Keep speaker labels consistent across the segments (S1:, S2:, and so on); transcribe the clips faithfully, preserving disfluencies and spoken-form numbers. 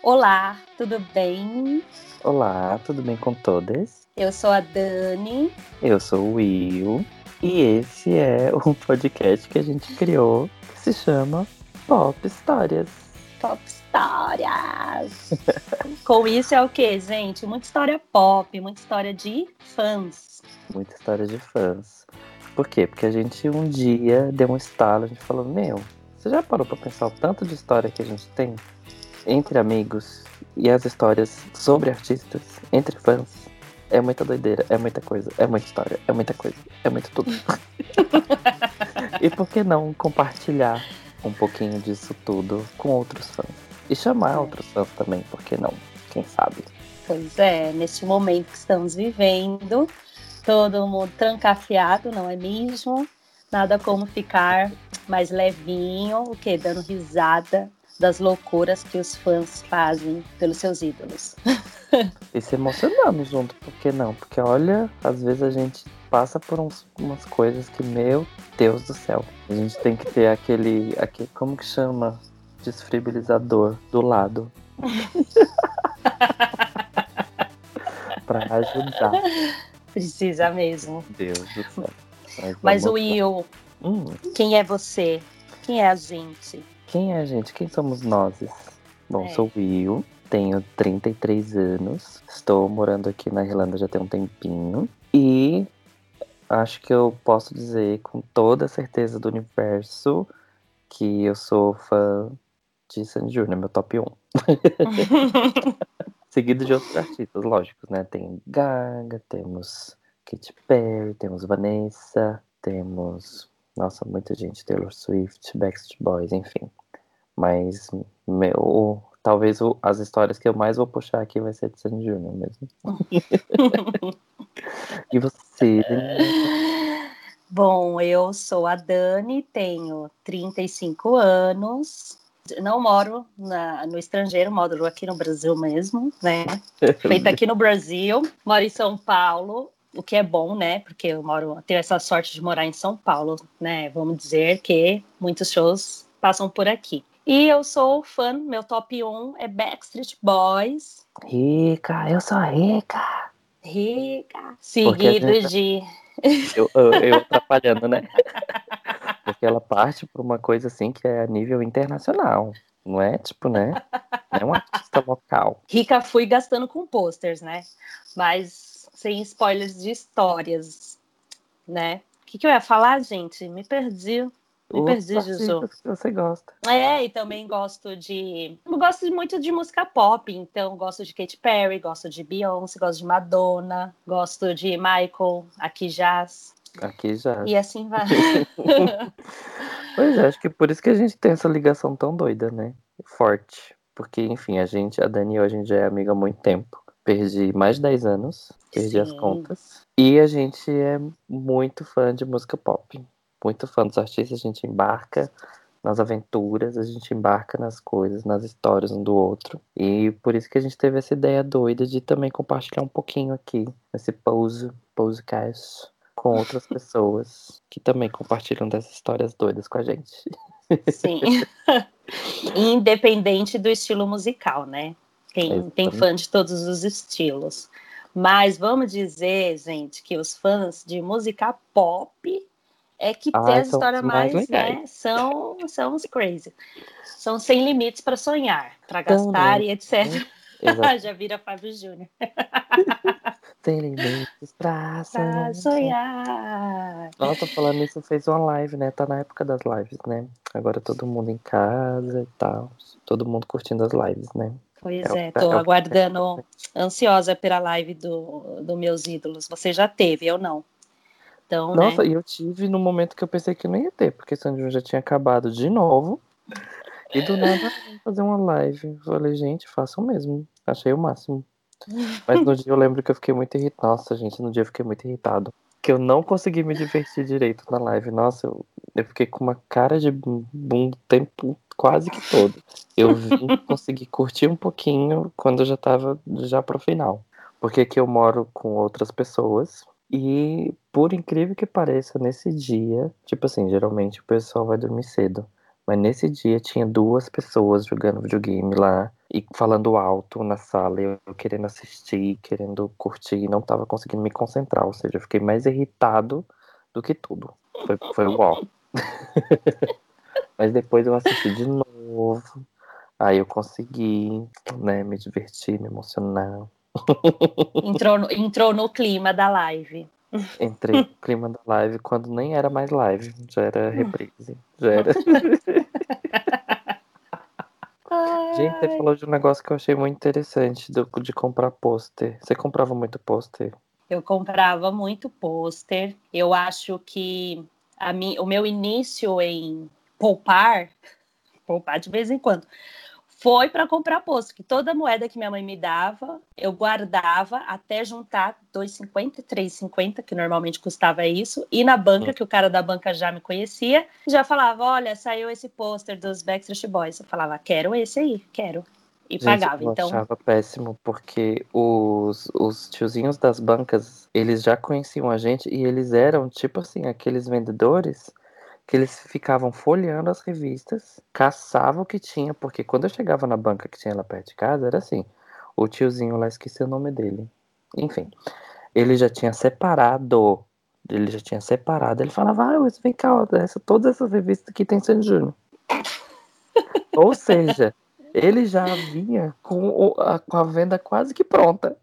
S1: Olá, tudo bem?
S2: Olá, tudo bem com todas?
S1: Eu sou a Dani.
S2: Eu sou o Will. E esse é um podcast que a gente criou que se chama Pop Histórias.
S1: Pop Histórias! Com isso é o que, gente? Muita história pop, muita história de fãs.
S2: Muita história de fãs. Por quê? Porque a gente um dia deu um estalo, a gente falou, meu, você já parou pra pensar o tanto de história que a gente tem entre amigos e as histórias sobre artistas, entre fãs? É muita doideira, é muita coisa, é muita história, é muita coisa, é muito tudo. E por que não compartilhar um pouquinho disso tudo com outros fãs? E chamar
S1: É.
S2: outros fãs também, por que não? Quem sabe?
S1: Pois é, neste momento que estamos vivendo, todo mundo trancafiado, não é mesmo? Nada como ficar mais levinho, o quê? Dando risada das loucuras que os fãs fazem pelos seus ídolos.
S2: E se emocionando junto, por que não? Porque olha, às vezes a gente passa por uns, umas coisas que, meu Deus do céu, a gente tem que ter aquele, aquele como que chama? Desfibrilador do lado. Pra ajudar.
S1: Precisa mesmo.
S2: Deus do céu. Mas,
S1: Mas
S2: vamos
S1: Will,
S2: hum,
S1: quem é você? Quem é a gente?
S2: quem é a gente? Quem somos nós? Bom,
S1: É.
S2: sou Will, tenho trinta e três anos, estou morando aqui na Irlanda já tem um tempinho e acho que eu posso dizer com toda a certeza do universo que eu sou fã de Sandy Júnior, meu top um. Seguido de outros artistas, lógicos, né? Tem Gaga, temos Katy Perry, temos Vanessa, temos, nossa, muita gente, Taylor Swift, Backstreet Boys, enfim. Mas meu, talvez o, as histórias que eu mais vou puxar aqui vai ser de Sandy Júnior mesmo. E você, Daniela?
S1: Bom, eu sou a Dani, tenho trinta e cinco anos, não moro na, no estrangeiro, moro aqui no Brasil mesmo, né? Feita aqui no Brasil, moro em São Paulo, o que é bom, né? Porque eu moro, tenho essa sorte de morar em São Paulo, né? Vamos dizer que muitos shows passam por aqui. E eu sou fã, meu top um é Backstreet Boys.
S2: Rica, eu sou rica.
S1: Rica.
S2: Porque a
S1: Seguido
S2: gente,
S1: de.
S2: eu, eu, eu atrapalhando, né? Porque ela parte por uma coisa assim que é a nível internacional. Não é tipo, né? Não é um artista local.
S1: Rica fui gastando com posters, né? Mas sem spoilers de histórias, né? O que, que eu ia falar, gente? Me perdi. Me
S2: Outros
S1: perdi, Juju.
S2: artistas que você gosta.
S1: É, e também gosto de. Eu gosto muito de música pop, então gosto de Katy Perry, gosto de Beyoncé, gosto de Madonna, gosto de Michael, aqui Jazz,
S2: Aqui já.
S1: e assim vai.
S2: Pois é, acho que por isso que a gente tem essa ligação tão doida, né? Forte. Porque, enfim, a gente, a Dani hoje em dia é amiga há muito tempo. Perdi mais de dez anos, perdi as
S1: Sim,
S2: contas. E a gente é muito fã de música pop. Muito fã dos artistas, a gente embarca nas aventuras, a gente embarca nas coisas, nas histórias um do outro. E por isso que a gente teve essa ideia doida de também compartilhar um pouquinho aqui, nesse pause, podcast, com outras pessoas que também compartilham dessas histórias doidas com a gente.
S1: sim. Independente do estilo musical, né? Tem, tem
S2: Exatamente.
S1: fã de todos os estilos. Mas vamos dizer, gente, que os fãs de música pop é que tem
S2: Ai,
S1: as
S2: são os
S1: histórias
S2: mais
S1: mais,
S2: legais.
S1: né? São, são os crazy. São sem limites para sonhar, para gastar
S2: Também.
S1: e etcétera.
S2: Exato.
S1: Já vira Fábio Júnior.
S2: Sem limites pra sonhar.
S1: Pra sonhar.
S2: Nossa, falando nisso, fez uma live, né? Tá na época das lives, né? Agora todo mundo em casa e tal. Todo mundo curtindo as lives, né? É
S1: Pois
S2: o que
S1: é,
S2: tá,
S1: tô
S2: é o que tá
S1: aguardando, ansiosa pela live do, do Meus Ídolos. Você já teve, eu não. Então,
S2: Nossa,
S1: né?
S2: e eu tive no momento que eu pensei que não ia ter, porque Sandy Júnior já tinha acabado de novo. E do nada, ah, vamos fazer uma live. Falei, gente, façam mesmo. Achei o máximo. Mas no dia eu lembro que eu fiquei muito irritado. Nossa, gente, no dia eu fiquei muito irritado. Que eu não consegui me divertir direito na live. Nossa, eu, eu fiquei com uma cara de bum o tempo quase que todo. Eu vim conseguir curtir um pouquinho quando eu já tava já pro final. Porque aqui eu moro com outras pessoas. E por incrível que pareça, nesse dia, tipo assim, geralmente o pessoal vai dormir cedo. Mas nesse dia tinha duas pessoas jogando videogame lá. e falando alto na sala, eu, eu querendo assistir, querendo curtir, e não tava conseguindo me concentrar. Ou seja, eu fiquei mais irritado do que tudo. Foi, foi uau. Mas depois eu assisti de novo. Aí eu consegui, né, me divertir, me emocionar.
S1: Entrou no, entrou no clima da live.
S2: Entrei no clima da live quando nem era mais live, já era reprise. Já era. Gente, você
S1: Ai.
S2: falou de um negócio que eu achei muito interessante, do, de comprar pôster. Você comprava muito pôster?
S1: Eu comprava muito pôster. Eu acho que a mi, o meu início em poupar, poupar de vez em quando, foi para comprar pôster, que toda moeda que minha mãe me dava, eu guardava até juntar dois e cinquenta, três e cinquenta, que normalmente custava isso, e na banca,
S2: Hum.
S1: que o cara da banca já me conhecia, já falava, olha, saiu esse pôster dos Backstreet Boys. Eu falava, quero esse aí, quero. E
S2: Gente,
S1: pagava,
S2: eu
S1: então...
S2: achava péssimo, porque os, os tiozinhos das bancas, eles já conheciam a gente e eles eram, tipo assim, aqueles vendedores que eles ficavam folheando as revistas, caçavam o que tinha, porque quando eu chegava na banca que tinha lá perto de casa, era assim, o tiozinho lá, esqueci o nome dele. Enfim, ele já tinha separado, ele já tinha separado, ele falava, ah, Wilson, vem cá, ó, essa, todas essas revistas aqui tem Sandy Júnior. Ou seja, ele já vinha com, o- a, com a venda quase que pronta.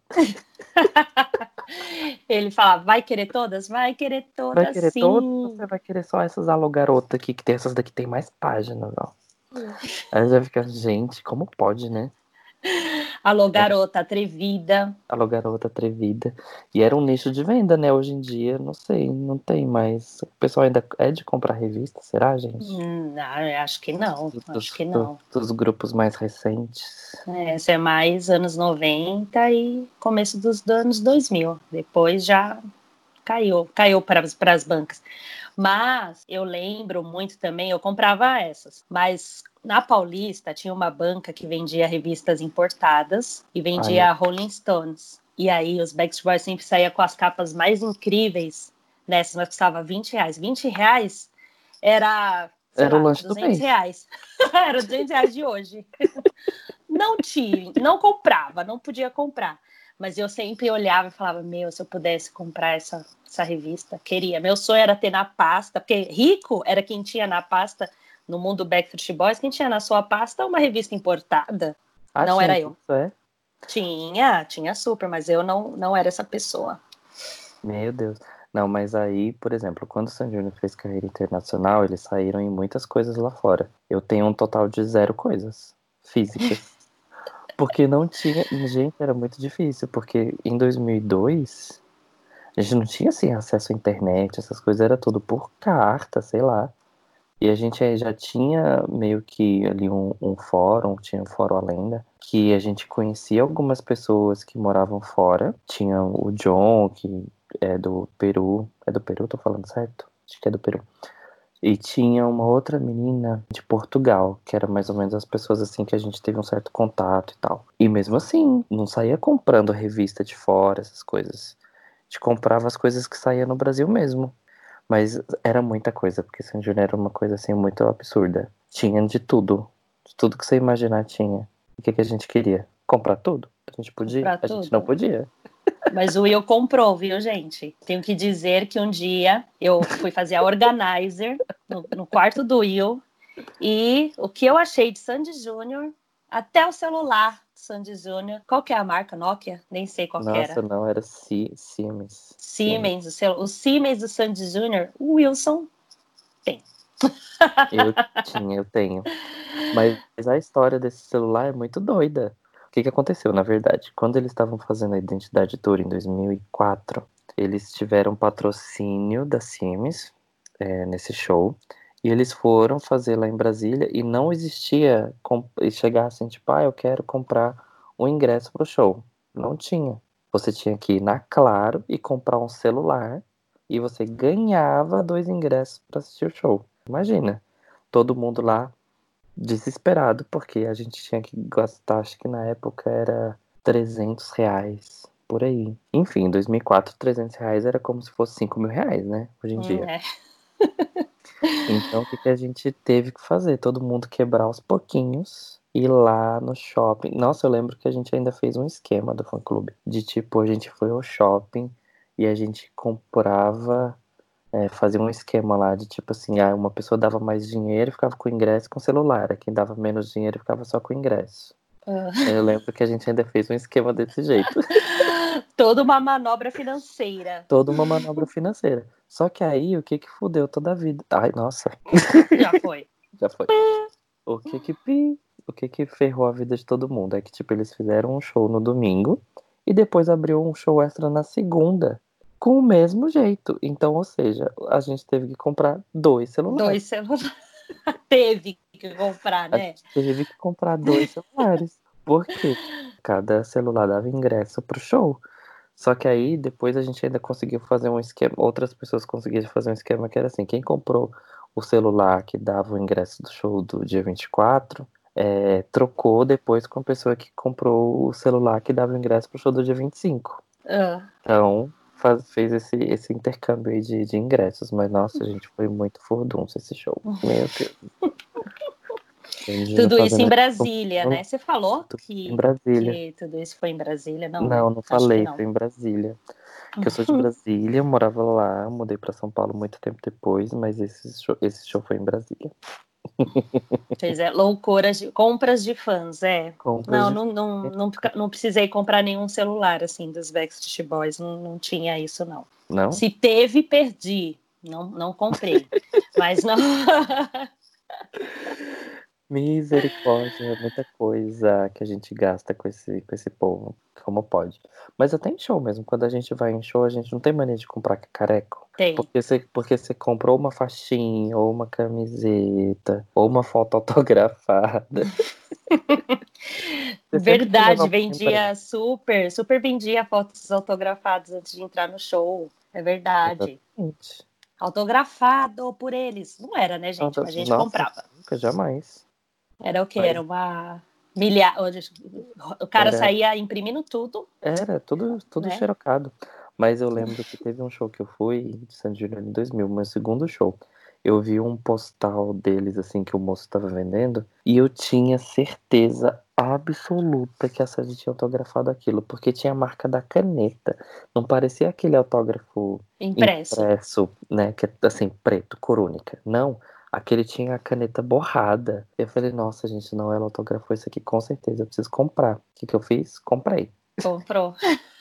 S1: Ele falava, vai querer todas? Vai querer
S2: Vai
S1: todas,
S2: querer todas ou
S1: sim.
S2: você vai querer só essas Alô Garota aqui, que tem essas daqui tem mais páginas, ó. Aí já fica, gente, como pode, né?
S1: Alô,
S2: Era
S1: garota atrevida.
S2: Alô Garota Atrevida. E era um nicho de venda, né? Hoje em dia, não sei, não tem mais. O pessoal ainda é de comprar revista, será, gente?
S1: Hum, não, acho que não, acho
S2: Dos,
S1: que
S2: dos,
S1: não.
S2: dos grupos mais recentes.
S1: É, isso é mais anos noventa e começo dos anos dois mil. Depois já caiu, caiu para as bancas. Mas eu lembro muito também, eu comprava essas, mas na Paulista tinha uma banca que vendia revistas importadas e
S2: Ai, meu
S1: vendia Rolling Stones. E aí os Backstreet Boys sempre saía com as capas mais incríveis nessas, mas custava vinte reais. vinte reais era, sei
S2: Era o
S1: lá,
S2: lanche do
S1: duzentos
S2: mês.
S1: reais. Era duzentos reais de hoje. Não tinha, não comprava, não podia comprar. Mas eu sempre olhava e falava, meu, se eu pudesse comprar essa, essa revista, queria. Meu sonho era ter na pasta, porque rico era quem tinha na pasta, no mundo Backstreet Boys, quem tinha na sua pasta uma revista importada.
S2: Ah,
S1: Não
S2: tinha
S1: era eu.
S2: isso, é?
S1: Tinha, tinha super, mas eu não, não era essa pessoa.
S2: Meu Deus. Não, mas aí, por exemplo, quando o Sandy Júnior fez carreira internacional, eles saíram em muitas coisas lá fora. Eu tenho um total de zero coisas físicas. Porque não tinha. Gente, era muito difícil, porque em dois mil e dois a gente não tinha assim acesso à internet, essas coisas, era tudo por carta, sei lá. E a gente aí já tinha meio que ali um, um fórum, tinha o Fórum A Lenda, que a gente conhecia algumas pessoas que moravam fora. Tinha o John, que é do Peru. É do Peru, tô falando certo? Acho que é do Peru. E tinha uma outra menina de Portugal, que era mais ou menos as pessoas assim que a gente teve um certo contato e tal. E mesmo assim, não saía comprando a revista de fora, essas coisas. A gente comprava as coisas que saía no Brasil mesmo. Mas era muita coisa, porque San Júnior era uma coisa assim muito absurda. Tinha de tudo. De tudo que você imaginar tinha. O que que a gente queria? Comprar tudo? A gente podia?
S1: Comprar
S2: A gente não
S1: tudo.
S2: podia.
S1: Mas o Will comprou, viu, gente? Tenho que dizer que um dia eu fui fazer a organizer no, no quarto do Will. E o que eu achei de Sandy Júnior, até o celular de Sandy Júnior, qual que é a marca? Nokia? Nem sei qual que
S2: Nossa,
S1: era.
S2: não, era Si- Siemens. Siemens.
S1: Siemens, o, cel... o Siemens do Sandy Júnior, o Wilson tem.
S2: Eu tinha, eu tenho. Mas a história desse celular é muito doida. O que que aconteceu, na verdade? Quando eles estavam fazendo a Identidade Tour em dois mil e quatro, eles tiveram patrocínio da Siemens, é, nesse show, e eles foram fazer lá em Brasília e não existia com- e chegar assim, tipo, ah, eu quero comprar um ingresso pro show. Não tinha. Você tinha que ir na Claro e comprar um celular e você ganhava dois ingressos para assistir o show. Imagina, todo mundo lá desesperado, porque a gente tinha que gastar, acho que na época era trezentos reais, por aí. Enfim, em dois mil e quatro, trezentos reais era como se fosse cinco mil reais, né? Hoje em
S1: Hum,
S2: dia.
S1: é.
S2: Então, o que que a gente teve que fazer? Todo mundo quebrar aos pouquinhos ir lá no shopping. Nossa, eu lembro que a gente ainda fez um esquema do fã-clube. De tipo, a gente foi ao shopping e a gente comprava, é, fazia um esquema lá de tipo assim, ah, uma pessoa dava mais dinheiro e ficava com o ingresso e com o celular. Quem dava menos dinheiro ficava só com o ingresso.
S1: Ah.
S2: Eu lembro que a gente ainda fez um esquema desse jeito.
S1: Toda uma manobra financeira.
S2: Toda uma manobra financeira. Só que aí, o que que fudeu toda a vida? Ai, nossa,
S1: Já foi.
S2: já foi. O que que, pi- o que que ferrou a vida de todo mundo? É que, tipo, eles fizeram um show no domingo e depois abriu um show extra na segunda. Com o mesmo jeito. Então, ou seja, a gente teve que comprar dois celulares.
S1: Dois celulares. Teve que comprar,
S2: A
S1: né?
S2: gente teve que comprar dois celulares. Por quê? Cada celular dava ingresso pro show. Só que aí depois a gente ainda conseguiu fazer um esquema. Outras pessoas conseguiram fazer um esquema que era assim: quem comprou o celular que dava o ingresso do show do dia vinte e quatro, é, trocou depois com a pessoa que comprou o celular que dava o ingresso pro show do dia vinte e cinco.
S1: Ah.
S2: Então faz- fez esse, esse intercâmbio aí de, de ingressos. Mas nossa, gente, foi muito furdunço esse show. Meu Deus. Imagina
S1: Tudo isso
S2: fazendo
S1: em
S2: isso
S1: Brasília, né? Você falou
S2: em
S1: que,
S2: Brasília.
S1: que tudo isso foi em Brasília? Não, né?
S2: Não, não
S1: Acho que
S2: falei,
S1: não.
S2: foi em Brasília. Que eu sou de Brasília, eu morava lá, mudei pra São Paulo muito tempo depois, mas esse show, esse show foi em Brasília.
S1: Pois é, loucuras de compras de fãs, é.
S2: Compras
S1: Não,
S2: de.
S1: não, não, não, não precisei comprar nenhum celular assim dos Backstreet Boys, não, não tinha isso não.
S2: Não?
S1: Se teve, perdi. Não, não comprei. Mas não.
S2: Misericórdia, é muita coisa que a gente gasta com esse, com esse povo. Como pode? Mas até em show mesmo. Quando a gente vai em show, a gente não tem mania de comprar cacareco.
S1: Tem.
S2: Porque você, porque você comprou uma faixinha, ou uma camiseta, ou uma foto autografada. Você sempre quer levar
S1: Verdade,
S2: uma lembrança.
S1: vendia super, super vendia fotos autografadas antes de entrar no show. É verdade.
S2: Exatamente.
S1: Autografado por eles. Não era, né, gente?
S2: Auto-
S1: Mas a gente
S2: Nossa,
S1: comprava.
S2: nunca, jamais.
S1: Era o quê?
S2: Mas
S1: Era uma milhar. O cara
S2: era,
S1: saía imprimindo tudo,
S2: era tudo, tudo
S1: né?
S2: xerocado. Mas eu lembro que teve um show que eu fui de Santo Juliano em dois mil, meu segundo show. Eu vi um postal deles, assim, que o moço estava vendendo, e eu tinha certeza absoluta que a Sandy tinha autografado aquilo, porque tinha a marca da caneta. Não parecia aquele autógrafo
S1: Impresso.
S2: impresso, né, que é assim, preto, corúnica. Não, aquele tinha a caneta borrada. Eu falei, nossa, gente, não, ela autografou isso aqui, com certeza, eu preciso comprar. O que que eu fiz? Comprei.
S1: Comprou.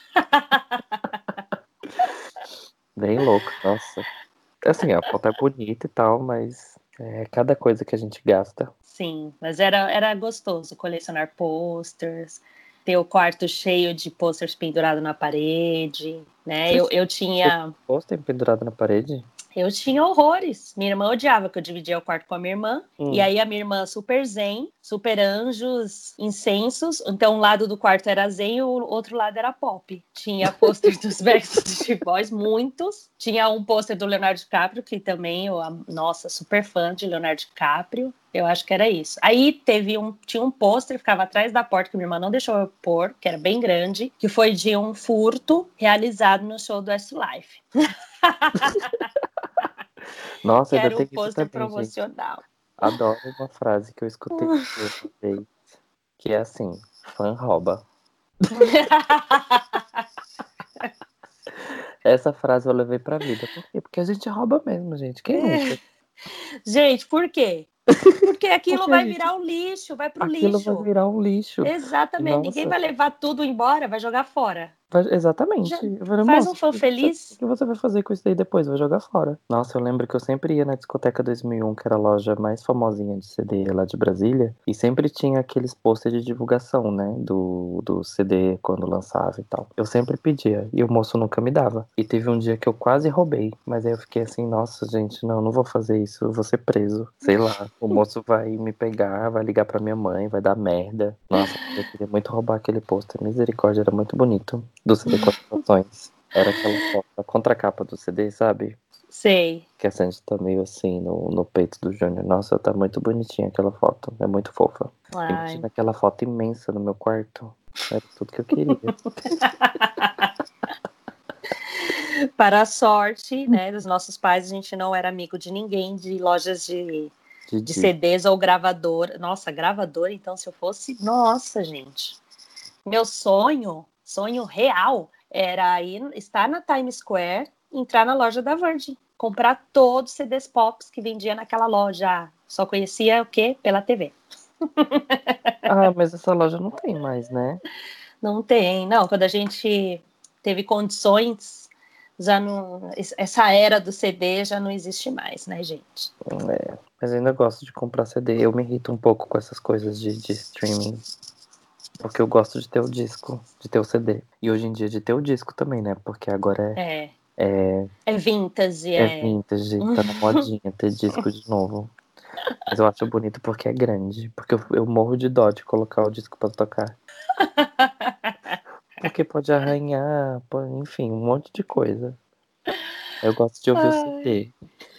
S2: Bem louco, nossa. Assim, a foto é bonita e tal, mas é cada coisa que a gente gasta.
S1: Sim, mas era, era gostoso colecionar posters, ter o quarto cheio de posters pendurado na parede, né?
S2: Você
S1: Eu, eu
S2: você
S1: tinha
S2: pôster pendurado na parede?
S1: Eu tinha horrores. Minha irmã odiava que eu dividia o quarto com a minha irmã. E
S2: Hum.
S1: aí a minha irmã super zen, super anjos, incensos. Então um lado do quarto era zen e o outro lado era pop. Tinha pôster dos Backstreet Boys, muitos. Tinha um pôster do Leonardo DiCaprio, que também eu, nossa, super fã de Leonardo DiCaprio. Eu acho que era isso. Aí teve um, tinha um pôster, ficava atrás da porta, que minha irmã não deixou eu pôr, que era bem grande, que foi de um furto realizado no show do Westlife.
S2: Nossa,
S1: Que
S2: ainda
S1: era o
S2: tem isso
S1: pôster
S2: também, gente.
S1: promocional.
S2: Adoro uma frase que eu escutei dizer uma vez, que é assim, fã rouba. Essa frase eu levei pra vida. Por quê? Porque a gente rouba mesmo, gente. Quem nunca?
S1: Gente, por quê? Porque aquilo
S2: Porque a
S1: vai
S2: gente.
S1: virar um lixo, vai pro
S2: Aquilo vai
S1: lixo.
S2: virar um lixo. E
S1: Exatamente. Ninguém
S2: nossa,
S1: vai levar tudo embora, vai jogar fora.
S2: vai-
S1: Já
S2: exatamente. Eu falei,
S1: faz um
S2: moço,
S1: fã
S2: o que você, o
S1: feliz.
S2: que você vai fazer com isso daí depois? Vai jogar fora. Nossa, eu lembro que eu sempre ia na discoteca dois mil e um, que era a loja mais famosinha de C D lá de Brasília, e sempre tinha aqueles posters de divulgação, né, do, do C D quando lançava e tal. Eu sempre pedia, e o moço nunca me dava. E teve um dia que eu quase roubei, mas aí eu fiquei assim, nossa, gente, não, não vou fazer isso, eu vou ser preso. Sei lá, o moço vai me pegar, vai ligar pra minha mãe, vai dar merda. Nossa, eu queria muito roubar aquele pôster, misericórdia, era muito bonito. Do C D Continuações. Era aquela foto, a contracapa do C D, sabe?
S1: Sei.
S2: Que a Sandy tá meio assim no, no peito do Júnior. Nossa, tá muito bonitinha aquela foto. É muito fofa.
S1: Ai.
S2: Imagina aquela foto imensa no meu quarto. Era tudo que eu queria.
S1: Para a sorte, né, dos nossos pais, a gente não era amigo de ninguém de lojas de
S2: de,
S1: de
S2: de...
S1: C Ds ou gravador. Nossa, gravador, então, se eu fosse... Nossa, gente. Meu sonho, sonho real, era ir, estar na Times Square, entrar na loja da Virgin, comprar todos os C Ds Pops que vendia naquela loja. Só conhecia o quê? Pela T V.
S2: Ah, mas essa loja não tem mais, né?
S1: Não tem, não. Quando a gente teve condições, já não, essa era do C D já não existe mais, né, gente?
S2: É, mas eu ainda gosto de comprar C D. Eu me irrito um pouco com essas coisas de, de streaming. Porque eu gosto de ter o disco, de ter o C D. E hoje em dia de ter o disco também, né? Porque agora
S1: É,
S2: é, é,
S1: é vintage,
S2: é
S1: é.
S2: vintage, tá na modinha ter disco de novo. Mas eu acho bonito porque é grande. Porque eu, eu morro de dó de colocar o disco pra tocar. Porque pode arranhar, pode- enfim, um monte de coisa. Eu gosto de ouvir o
S1: Ai.
S2: C D.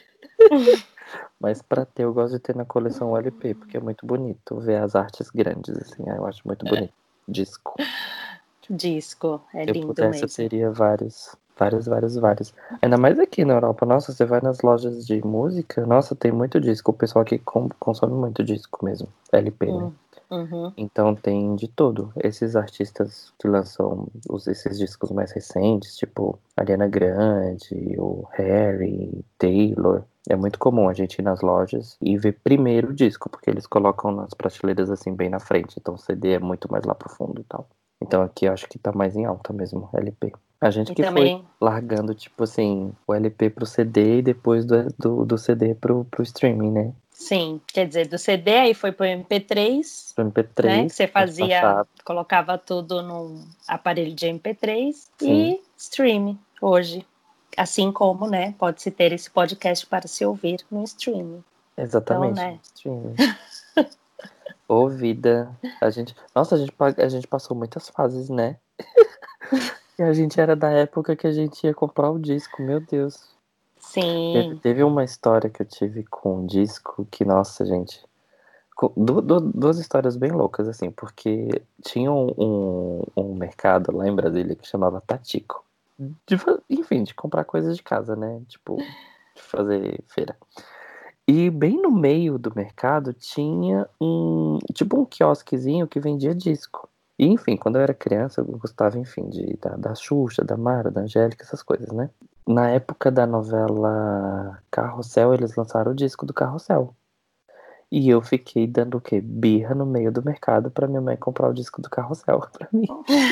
S2: Mas pra ter, eu gosto de ter na coleção o L P, porque é muito bonito ver as artes grandes, assim. Eu acho muito bonito. Disco.
S1: Disco, é
S2: Se eu
S1: lindo
S2: pudesse, eu
S1: mesmo.
S2: teria vários. Vários, vários, vários. Ainda mais aqui na Europa. Nossa, você vai nas lojas de música, nossa, tem muito disco. O pessoal aqui com- consome muito disco mesmo. L P, né?
S1: Hum, uhum.
S2: Então tem de tudo. Esses artistas que lançam os, esses discos mais recentes, tipo Ariana Grande, o Harry, Taylor. É muito comum a gente ir nas lojas e ver primeiro o disco, porque eles colocam nas prateleiras assim bem na frente. Então o C D é muito mais lá pro fundo e tal. Então aqui eu acho que tá mais em alta mesmo, L P. A gente
S1: E
S2: que foi
S1: também,
S2: largando, tipo assim, o L P pro C D e depois do, do, do C D pro, pro streaming, né?
S1: sim, quer dizer, do C D aí foi pro M P três,
S2: Pro
S1: né? Que
S2: M P três,
S1: você
S2: a gente
S1: fazia,
S2: baixava.
S1: colocava tudo num aparelho de M P três
S2: Sim,
S1: e streaming hoje. Assim como, né, pode-se ter esse podcast para se ouvir no streaming. Então,
S2: exatamente, no
S1: né,
S2: streaming. Ô, vida. A gente, nossa, a gente, pa- a gente passou muitas fases, né? E a gente era da época que a gente ia comprar o disco, meu Deus. Teve,
S1: sim,
S2: teve uma história que eu tive com um disco que, nossa, gente. com- du- du- duas histórias bem loucas, assim, porque tinha um, um, um mercado lá em Brasília que chamava Tatico. De, fa- enfim, de comprar coisas de casa, né? Tipo, de fazer feira. E bem no meio do mercado tinha um, tipo um quiosquezinho que vendia disco. E enfim, quando eu era criança, eu gostava, enfim, de, da, da Xuxa, da Mara, da Angélica, essas coisas, né? Na época da novela Carrossel, eles lançaram o disco do Carrossel. E eu fiquei dando o quê? Birra no meio do mercado pra minha mãe comprar o disco do Carrossel pra mim.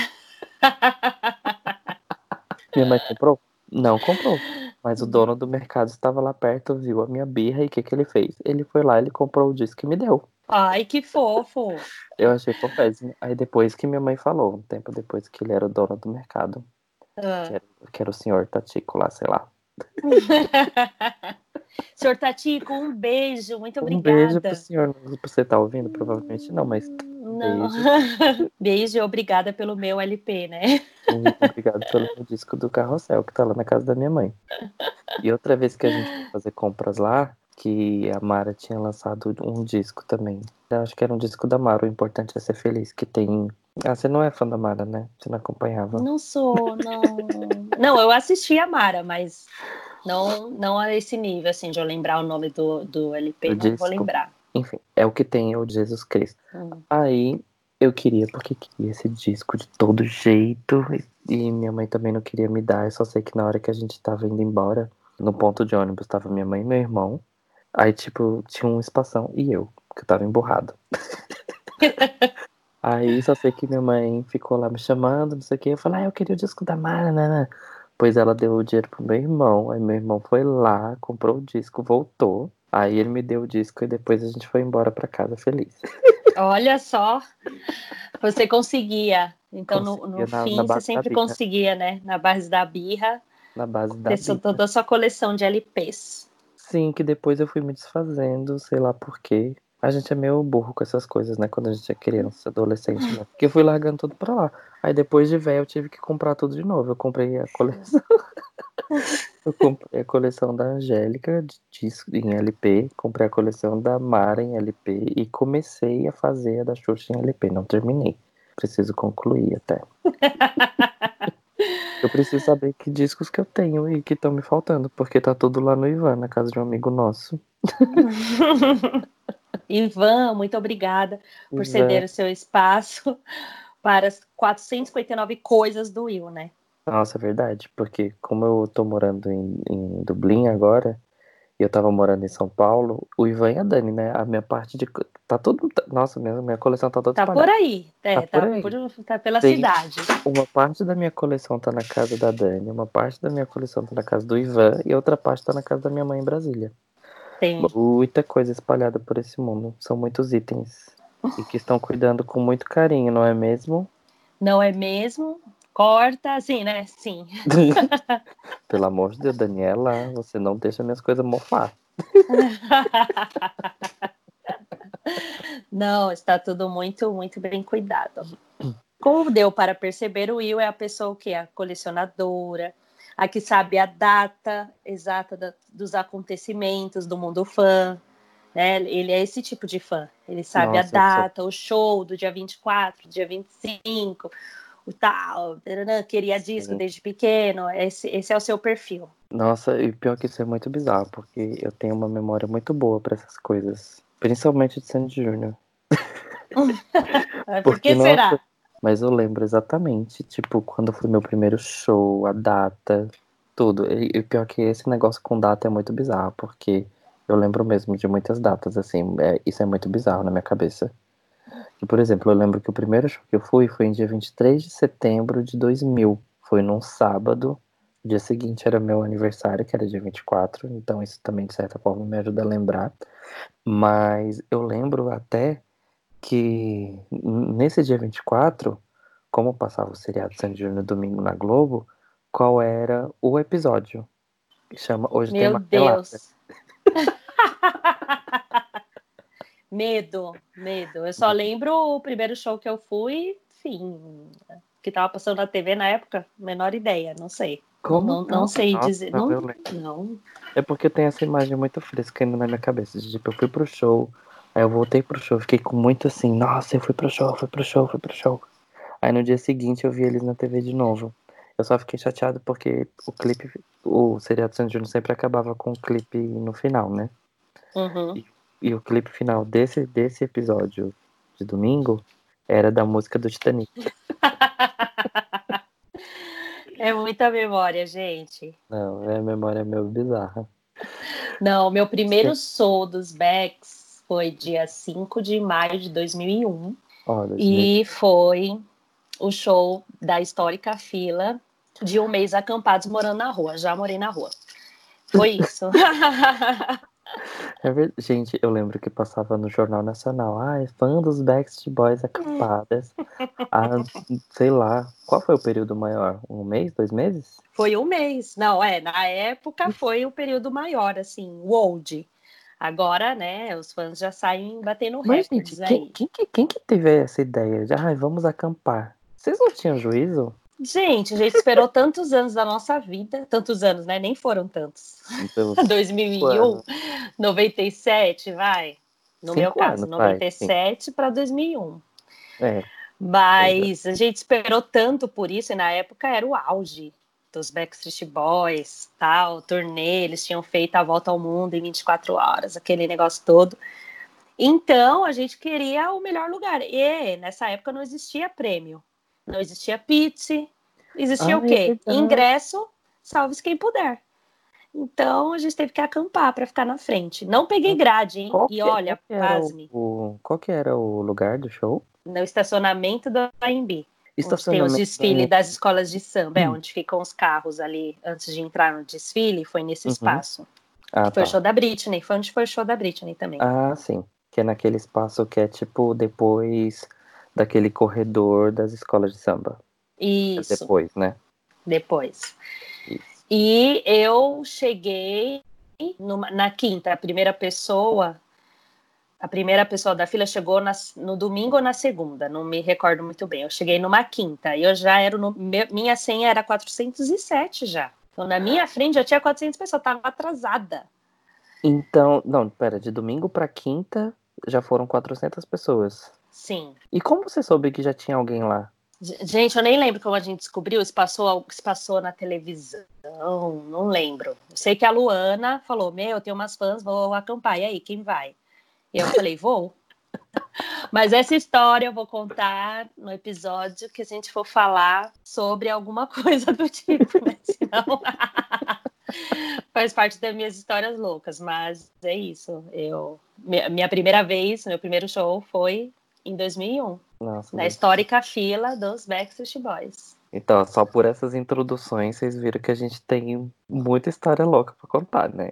S2: Minha mãe comprou? Não comprou. Mas o dono do mercado estava lá perto, viu a minha birra e o que que ele fez? Ele foi lá, ele comprou o disco e me deu.
S1: ai, que fofo.
S2: Eu achei fofésimo. Aí depois que minha mãe falou, um tempo depois que ele era o dono do mercado, que
S1: Ah.
S2: era, que era o senhor Tatico lá, sei lá.
S1: Senhor Tatico, um beijo, muito
S2: Um beijo pro
S1: obrigada.
S2: senhor. Você tá ouvindo? Provavelmente não, mas um
S1: Não.
S2: beijo.
S1: Beijo e obrigada pelo meu L P, né?
S2: E obrigado pelo meu disco do Carrossel, que tá lá na casa da minha mãe. E outra vez que a gente foi fazer compras lá, que a Mara tinha lançado um disco também. Eu acho que era um disco da Mara, o importante é ser feliz, que tem. Ah, você não é fã da Mara, né? Você não acompanhava.
S1: Não sou, não. Não, eu assisti a Mara, mas não, não a esse nível, assim, de eu lembrar o nome do, do L P,
S2: O
S1: não vou
S2: disco.
S1: lembrar.
S2: Enfim, é o que tem, é o de Jesus Cristo.
S1: Hum.
S2: Aí eu queria, porque queria esse disco de todo jeito. E, e minha mãe também não queria me dar. Eu só sei que na hora que a gente tava indo embora, no ponto de ônibus, tava minha mãe e meu irmão. Aí, tipo, tinha um espação e eu, que eu tava emburrado. Aí só sei que minha mãe ficou lá me chamando, não sei o que. Eu falei, ah, eu queria o disco da Mara, né? né. Pois ela deu o dinheiro pro meu irmão. Aí meu irmão foi lá, comprou o disco, voltou. Aí ele me deu o disco e depois a gente foi embora pra casa feliz.
S1: Olha só, você conseguia. Então, no, no
S2: Conseguia na, na
S1: fim, você
S2: base da
S1: sempre
S2: birra.
S1: conseguia, né? Na base da birra,
S2: Na base da
S1: ter sua-
S2: birra.
S1: toda a sua coleção de L Ps.
S2: Sim, que depois eu fui me desfazendo, sei lá por quê. A gente é meio burro com essas coisas, né? Quando a gente é criança, adolescente, né? Porque eu fui largando tudo pra lá. Aí depois de velho eu tive que comprar tudo de novo. Eu comprei a coleção. Eu comprei a coleção da Angélica de disco em L P, comprei a coleção da Mara em L P e comecei a fazer a da Xuxa em L P. Não terminei. Preciso concluir até. Eu preciso saber que discos que eu tenho e que estão me faltando, porque tá tudo lá no Ivan, na casa de um amigo nosso.
S1: Ivan, muito obrigada por ceder
S2: Ivan.
S1: o seu espaço para as quatrocentas e cinquenta e nove coisas do Will, né?
S2: Nossa, é verdade, porque como eu tô morando em, em Dublin agora, e eu tava morando em São Paulo, o Ivan e a Dani, né? A minha parte de. co- Tá tudo. tá- Nossa, minha, minha coleção tá toda
S1: Tá por
S2: espalhada.
S1: aí,
S2: Tá
S1: é,
S2: por
S1: tá, por,
S2: aí.
S1: tá pela
S2: Tem
S1: cidade.
S2: uma parte da minha coleção tá na casa da Dani, uma parte da minha coleção tá na casa do Ivan e outra parte tá na casa da minha mãe em Brasília.
S1: Tem.
S2: Muita coisa espalhada por esse mundo. São muitos itens. E que estão cuidando com muito carinho, não é mesmo?
S1: Não é mesmo? Corta, assim, né? Sim.
S2: Pelo amor de Deus, Daniela, você não deixa minhas coisas mofar.
S1: Não, está tudo muito, muito bem cuidado. Como deu para perceber, o Will é a pessoa que é a colecionadora, a que sabe a data exata da, dos acontecimentos do mundo fã, né? Ele é esse tipo de fã. Ele sabe a
S2: Nossa, eu sou.
S1: data, o show do dia vinte e quatro, dia vinte e cinco, o tal, queria disco desde pequeno. Esse, esse é o seu perfil.
S2: Nossa, e pior que isso é muito bizarro, porque eu tenho uma memória muito boa pra essas coisas. Principalmente de Sandy Júnior.
S1: Por
S2: Porque,
S1: que
S2: nossa,
S1: será?
S2: mas eu lembro exatamente, tipo, quando foi meu primeiro show, a data, tudo. E, e pior que esse negócio com data é muito bizarro, porque eu lembro mesmo de muitas datas, assim, é- isso é muito bizarro na minha cabeça. E, por exemplo, eu lembro que o primeiro show que eu fui foi em dia vinte e três de setembro de dois mil. Foi num sábado. O dia seguinte era meu aniversário, que era dia vinte e quatro, então isso também, de certa forma, me ajuda a lembrar. Mas eu lembro até que n- nesse dia vinte e quatro, como passava o seriado Sandy Júnior no domingo na Globo, qual era o episódio? Que chama Hoje Tem
S1: Meu
S2: Marmelada.
S1: Deus. Medo, medo. Eu só lembro o primeiro show que eu fui, enfim, que tava passando na T V na época, menor ideia, não sei. Não,
S2: Como
S1: não, não
S2: não?
S1: sei
S2: Nossa,
S1: dizer.
S2: não,
S1: Não,
S2: eu lembro.
S1: não.
S2: É porque eu tenho essa imagem muito fresca ainda na minha cabeça. De, tipo, eu fui pro show, aí eu voltei pro show, fiquei com muito assim, nossa, eu fui pro show, fui pro show, fui pro show. Aí no dia seguinte eu vi eles na T V de novo. Eu só fiquei chateado porque o clipe, o seriado Sandy Júnior sempre acabava com o clipe no final, né?
S1: Uhum.
S2: E, e o clipe final desse, desse episódio de domingo era da música do Titanic.
S1: É muita memória, gente.
S2: Não, é a memória meio bizarra.
S1: Não, meu primeiro
S2: Sim.
S1: show dos Becks foi dia cinco de maio de dois mil e um
S2: Ó, dois mil.
S1: e foi o show da histórica fila de um mês acampados morando na rua. Já morei na rua. Foi isso.
S2: É ver- Gente, eu lembro que passava no Jornal Nacional. Ai, fã dos Backstreet Boys acampadas. Ah, sei lá. Qual foi o período maior? Um mês? Dois meses?
S1: Foi um mês. Não, é, na época foi o período maior, assim, o old. Agora, né, os fãs já saem batendo
S2: Mas, gente,
S1: recordes
S2: quem,
S1: aí.
S2: quem, que, quem que teve essa ideia de, ai, vamos acampar? Vocês não tinham juízo?
S1: Gente, a gente esperou tantos anos da nossa vida, tantos anos, né? Nem foram tantos.
S2: Pelos cinco
S1: dois mil e um,
S2: anos.
S1: noventa e sete, vai. No meu
S2: Cinco
S1: caso,
S2: anos, vai.
S1: noventa e
S2: Sim.
S1: sete para dois mil e um.
S2: É, pois é.
S1: Mas a gente esperou tanto por isso, e na época era o auge dos Backstreet Boys, tal, turnê, eles tinham feito a volta ao mundo em vinte e quatro horas, aquele negócio todo. Então a gente queria o melhor lugar. E nessa época não existia prêmio, não existia Pizza, existia
S2: Ah,
S1: o
S2: é
S1: quê?
S2: verdade.
S1: Ingresso, salve-se quem puder. Então a gente teve que acampar para ficar na frente. Não peguei grade, hein?
S2: Qual
S1: E
S2: que, qual
S1: olha,
S2: que era o,
S1: pasme,
S2: o- qual que era o lugar do show?
S1: no estacionamento do A M B, onde tem os
S2: Estacionamento da
S1: desfiles
S2: M.
S1: das escolas de samba, é, onde ficam os carros ali antes de entrar no desfile, foi nesse
S2: Uhum.
S1: espaço.
S2: Ah,
S1: Que foi o
S2: tá.
S1: show da Britney, foi onde foi o show da Britney também.
S2: Ah, sim. Que é naquele espaço que é tipo depois daquele corredor das escolas de samba. É
S1: Isso,
S2: depois, né?
S1: depois.
S2: Isso.
S1: E eu cheguei numa, na quinta, a primeira pessoa, a primeira pessoa da fila chegou na, no domingo ou na segunda, não me recordo muito bem. Eu cheguei numa quinta e eu já era no, minha senha era quatrocentos e sete já. Então na minha frente já tinha quatrocentas pessoas, eu estava atrasada.
S2: Então, não, pera, de domingo pra quinta já foram quatrocentas pessoas.
S1: Sim.
S2: E como você soube que já tinha alguém lá?
S1: Gente, eu nem lembro como a gente descobriu, se passou, se passou na televisão, não lembro. Eu sei que a Luana falou, meu, eu tenho umas fãs, vou acampar, e aí, quem vai? E eu falei, vou. Mas essa história eu vou contar no episódio que a gente for falar sobre alguma coisa do tipo, né? Senão faz parte das minhas histórias loucas, mas é isso. Eu, minha primeira vez, meu primeiro show foi em dois mil e um.
S2: Nossa,
S1: Na
S2: Deus.
S1: histórica fila dos Backstreet Boys.
S2: Então, só por essas introduções, vocês viram que a gente tem muita história louca pra contar, né?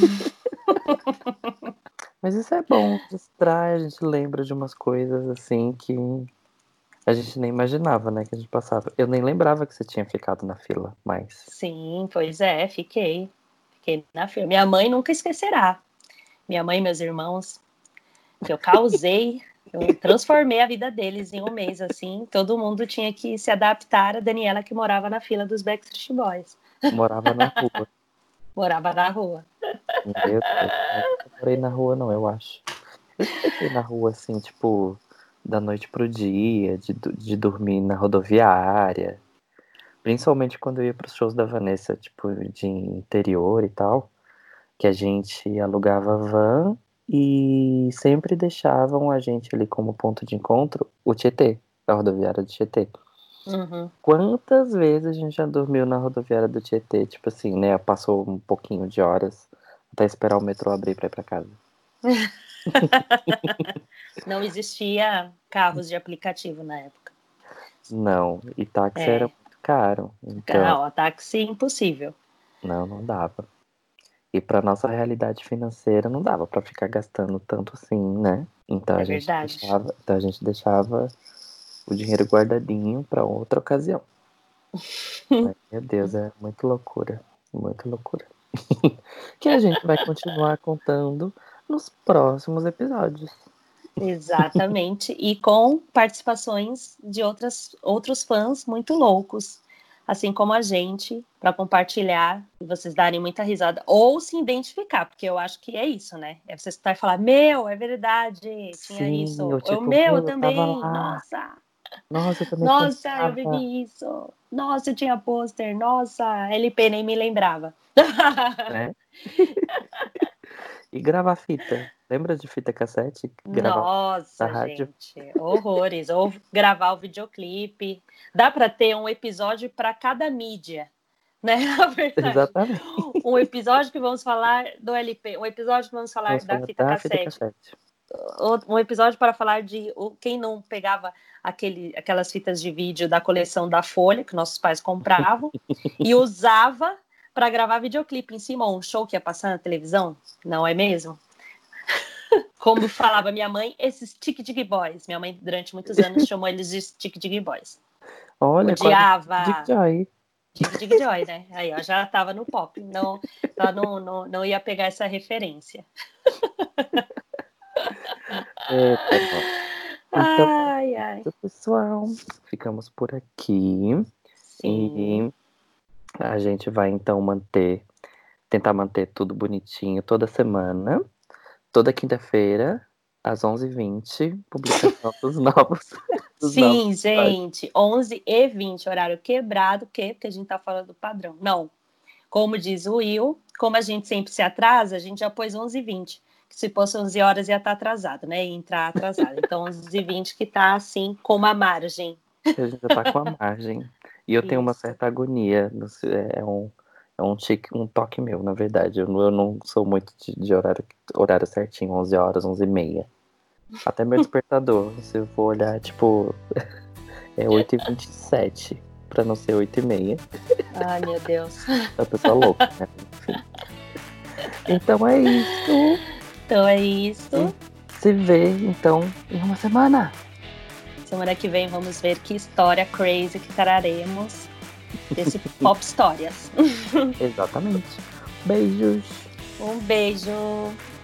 S2: Mas isso é bom, distrai, a gente lembra de umas coisas assim que a gente nem imaginava, né, que a gente passava. Eu nem lembrava que você tinha ficado na fila, mas...
S1: Sim, pois é, fiquei. Fiquei na fila. Minha mãe nunca esquecerá. Minha mãe e meus irmãos, que eu causei, eu transformei a vida deles em um mês, assim. Todo mundo tinha que se adaptar a Daniela, que morava na fila dos Backstreet Boys.
S2: Morava na rua.
S1: Morava na rua.
S2: Meu Deus, eu nunca morei na rua não, eu acho. Eu já fiquei na rua, assim, tipo, da noite pro dia, de, de dormir na rodoviária. Principalmente quando eu ia pros shows da Vanessa, tipo, de interior e tal. Que a gente alugava van e sempre deixavam a gente ali como ponto de encontro o Tietê, a rodoviária do Tietê.
S1: Uhum.
S2: Quantas vezes a gente já dormiu na rodoviária do Tietê? Tipo assim, né? Passou um pouquinho de horas até esperar o metrô abrir pra ir pra casa.
S1: Não existia carros de aplicativo na época.
S2: Não, e táxi era
S1: É.
S2: muito caro. Então,
S1: Não, táxi impossível.
S2: não, não dava. E pra nossa realidade financeira não dava pra ficar gastando tanto assim, né? Então a
S1: É
S2: gente
S1: verdade.
S2: deixava, então a gente deixava o dinheiro guardadinho pra outra ocasião. Ai, meu Deus, é muito loucura, muito loucura. Que a gente vai continuar contando nos próximos episódios.
S1: Exatamente. E com participações de outras, outros fãs muito loucos, assim como a gente, para compartilhar e vocês darem muita risada ou se identificar, porque eu acho que é isso, né? É você estar e falar: Meu, é verdade, tinha
S2: Sim,
S1: isso.
S2: eu
S1: O
S2: tipo,
S1: meu
S2: meu, eu tava
S1: também,
S2: lá.
S1: nossa,
S2: Nossa, eu também
S1: nossa, eu
S2: comprava,
S1: vivi isso. Nossa, eu tinha pôster, nossa, L P nem me lembrava.
S2: né? E gravar fita. Lembra de fita cassete? Gravar na
S1: Nossa,
S2: rádio?
S1: gente, horrores. Ou gravar o videoclipe. Dá para ter um episódio para cada mídia, né? Na verdade.
S2: Exatamente.
S1: Um episódio que vamos falar do L P, um episódio que vamos falar
S2: Vamos
S1: da
S2: falar
S1: fita
S2: da fita
S1: cassete,
S2: cassete.
S1: um episódio para falar de quem não pegava aquele, aquelas fitas de vídeo da coleção da Folha, que nossos pais compravam, e usava para gravar videoclipe em cima, um show que ia passar na televisão, não é mesmo? Como falava minha mãe, esses tic-tic boys. Minha mãe, durante muitos anos, chamou eles de tic-tic boys.
S2: Olha, quase Dick
S1: Odiava.
S2: Joy.
S1: Tic-tic joy, né? Aí, ó, já tava no pop. Não, ela não, não, não ia pegar essa referência.
S2: Eita, nós. Então é
S1: Ai, ai.
S2: isso, pessoal. Ficamos por aqui.
S1: Sim.
S2: E a gente vai então manter, tentar manter tudo bonitinho toda semana. Toda quinta-feira, às onze e vinte, publicação dos novos, dos novos
S1: Sim,
S2: episódios.
S1: gente. onze e vinte, horário quebrado. O quê? Porque a gente tá falando do padrão. Não. Como diz o Will, como a gente sempre se atrasa, a gente já pôs onze e vinte. Que se fosse onze horas ia estar atrasado, né? Ia entrar atrasado. Então, onze e vinte que tá assim, com uma margem.
S2: Que a gente já tá com a margem. E eu tenho uma
S1: Isso.
S2: certa agonia. não sei, É um, é um, tique, um toque meu, na verdade. Eu, não- eu não sou muito de, de horário, horário certinho, onze horas, onze e meia. Até meu despertador, se eu for olhar, tipo, é oito e vinte e sete, pra não ser oito e meia.
S1: Ai, meu Deus.
S2: É uma pessoa louca, né? Enfim. Então é isso.
S1: Então é isso.
S2: Se vê, então, em uma semana.
S1: Semana que vem vamos ver que história crazy que traremos desse Pop Histórias.
S2: Exatamente. Beijos.
S1: Um beijo.